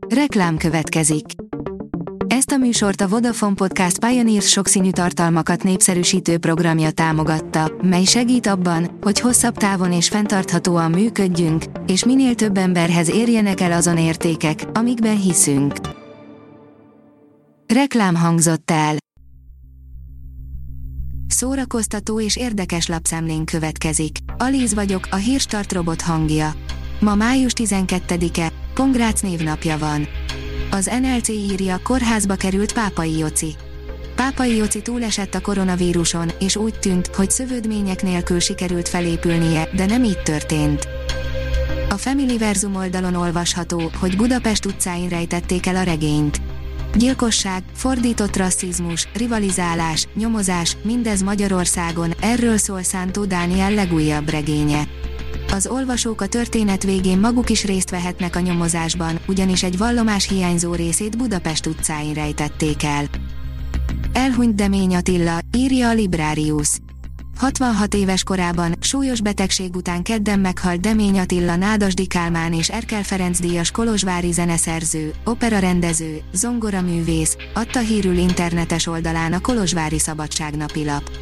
Reklám következik. Ezt a műsort a Vodafone Podcast Pioneers sokszínű tartalmakat népszerűsítő programja támogatta, mely segít abban, hogy hosszabb távon és fenntarthatóan működjünk, és minél több emberhez érjenek el azon értékek, amikben hiszünk. Reklám hangzott el. Szórakoztató és érdekes lapszemlén következik. Alíz vagyok, a Hírstart robot hangja. Ma május 12-e, Kongrác névnapja van. Az NLC írja, kórházba került Pápai Joci. Pápai Joci túlesett a koronavíruson, és úgy tűnt, hogy szövődmények nélkül sikerült felépülnie, de nem így történt. A Familyverzum oldalon olvasható, hogy Budapest utcáin rejtették el a regényt. Gyilkosság, fordított rasszizmus, rivalizálás, nyomozás, mindez Magyarországon, erről szól Szántó Dániel legújabb regénye. Az olvasók a történet végén maguk is részt vehetnek a nyomozásban, ugyanis egy vallomás hiányzó részét Budapest utcáin rejtették el. Elhunyt Demény Attila, írja a Librarius. 66 éves korában, súlyos betegség után kedden meghalt Demény Attila Nádasdy Kálmán és Erkel Ferenc díjas kolozsvári zeneszerző, operarendező, zongoraművész, adta hírül internetes oldalán a kolozsvári Szabadságnapilap.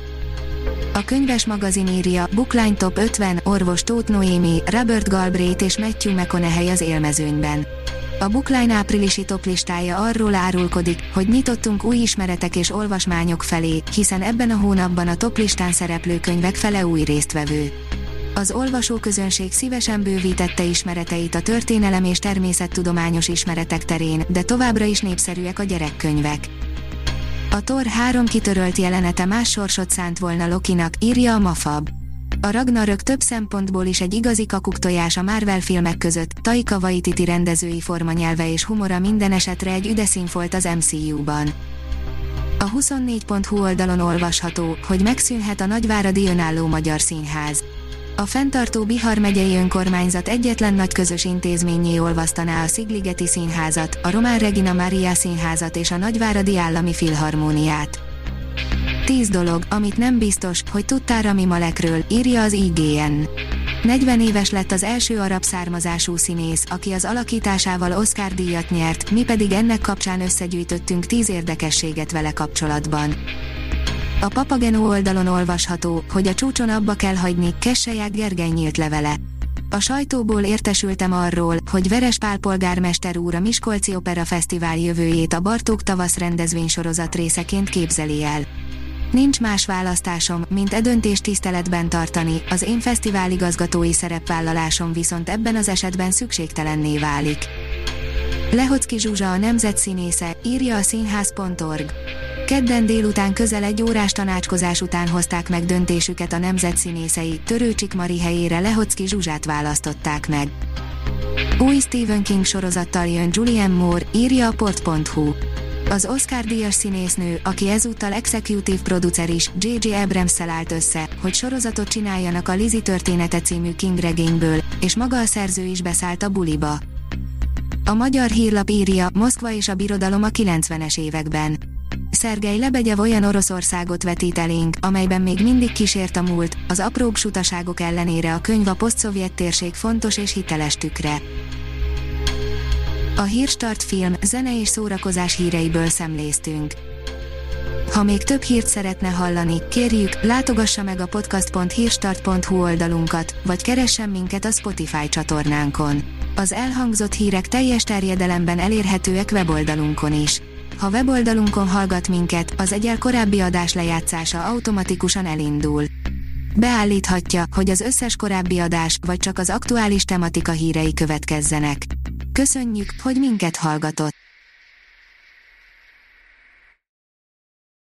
A Könyves magazin írja, Bookline Top 50, orvos Tóth Noémi, Robert Galbraith és Matthew McConaughey az élmezőnyben. A Bookline áprilisi toplistája arról árulkodik, hogy nyitottunk új ismeretek és olvasmányok felé, hiszen ebben a hónapban a toplistán szereplő könyvek fele új résztvevő. Az olvasóközönség szívesen bővítette ismereteit a történelem és természettudományos ismeretek terén, de továbbra is népszerűek a gyerekkönyvek. A Thor 3 kitörölt jelenete más sorsot szánt volna Lokinak, írja a Mafab. A Ragnarök több szempontból is egy igazi kakuktojás a Marvel filmek között, Taika Waititi rendezői formanyelve és humora minden esetre egy üdeszín volt az MCU-ban. A 24.hu oldalon olvasható, hogy megszűnhet a nagyváradi önálló magyar színház. A fenntartó Bihar megyei önkormányzat egyetlen nagy közös intézménnyé olvasztaná a Szigligeti Színházat, a Román Regina Mária Színházat és a Nagyváradi Állami Filharmóniát. 10 dolog, amit nem biztos, hogy tudtál Rami Malekről, írja az IGN. 40 éves lett az első arab származású színész, aki az alakításával Oscar-díjat nyert, mi pedig ennek kapcsán összegyűjtöttünk 10 érdekességet vele kapcsolatban. A Papageno oldalon olvasható, hogy a csúcson abba kell hagyni, Kesseják Gergely nyílt levele. A sajtóból értesültem arról, hogy Veres Pál polgármester úr a Miskolci Opera Fesztivál jövőjét a Bartók tavasz rendezvénysorozat részeként képzeli el. Nincs más választásom, mint e döntést tiszteletben tartani, az én fesztiváligazgatói szerepvállalásom viszont ebben az esetben szükségtelenné válik. Lehocki Zsuzsa a nemzet színésze, írja a színház.org. Kedden délután közel 1 órás tanácskozás után hozták meg döntésüket a nemzet színészei, Törőcsik Mari helyére Lehocki Zsuzsát választották meg. Új Stephen King sorozattal jön Julianne Moore, írja a port.hu. Az Oscar-díjas színésznő, aki ezúttal executive producer is, J.J. Abrams-szel állt össze, hogy sorozatot csináljanak a Lizzie története című King regényből, és maga a szerző is beszállt a buliba. A Magyar Hírlap írja, Moszkva és a birodalom a 90-es években. Szergej Lebegyev olyan Oroszországot vetít elénk, amelyben még mindig kísért a múlt, az apróbb sutaságok ellenére a könyv a posztszovjet térség fontos és hiteles tükre. A Hírstart film, zene és szórakozás híreiből szemléztünk. Ha még több hírt szeretne hallani, kérjük, látogassa meg a podcast.hírstart.hu oldalunkat, vagy keressen minket a Spotify csatornánkon. Az elhangzott hírek teljes terjedelemben elérhetőek weboldalunkon is. Ha weboldalunkon hallgat minket, az egyel korábbi adás lejátszása automatikusan elindul. Beállíthatja, hogy az összes korábbi adás, vagy csak az aktuális tematika hírei következzenek. Köszönjük, hogy minket hallgatott!